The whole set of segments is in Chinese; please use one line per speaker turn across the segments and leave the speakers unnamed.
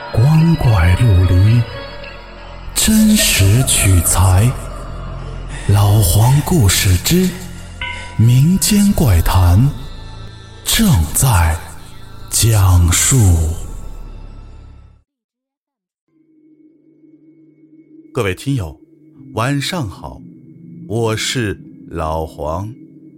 光怪陆离，真实取材。老黄故事之民间怪谈正在讲述。各位听友，晚上好，我是老黄。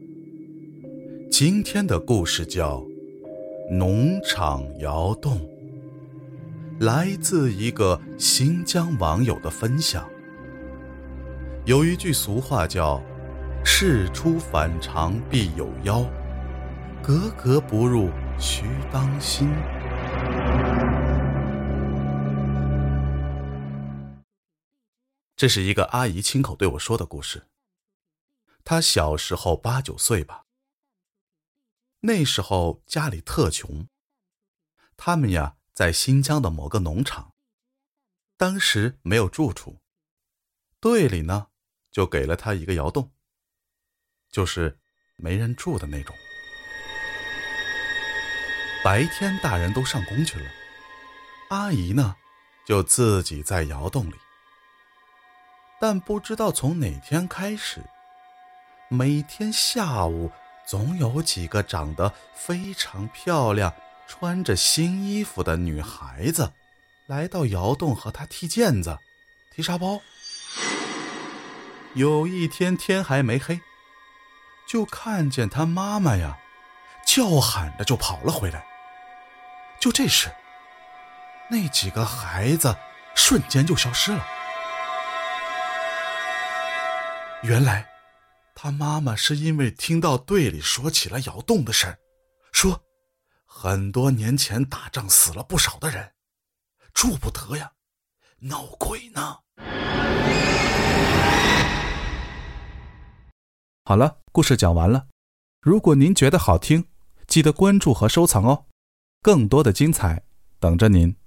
今天的故事叫农场窑洞，来自一个新疆网友的分享。有一句俗话叫事出反常必有妖，格格不入须当心。这是一个阿姨亲口对我说的故事。她小时候8、9岁吧，那时候家里特穷，他们呀在新疆的某个农场，当时没有住处，队里呢就给了他一个窑洞，就是没人住的那种。白天大人都上工去了，阿姨呢就自己在窑洞里。但不知道从哪天开始，每天下午总有几个长得非常漂亮、穿着新衣服的女孩子来到窑洞和她踢毽子、踢沙包。有一天天还没黑，就看见她妈妈呀叫喊着就跑了回来。就这时，那几个孩子瞬间就消失了。原来他妈妈是因为听到队里说起了窑洞的事儿，说很多年前打仗死了不少的人，住不得呀，闹鬼呢。好了，故事讲完了。如果您觉得好听，记得关注和收藏哦，更多的精彩等着您。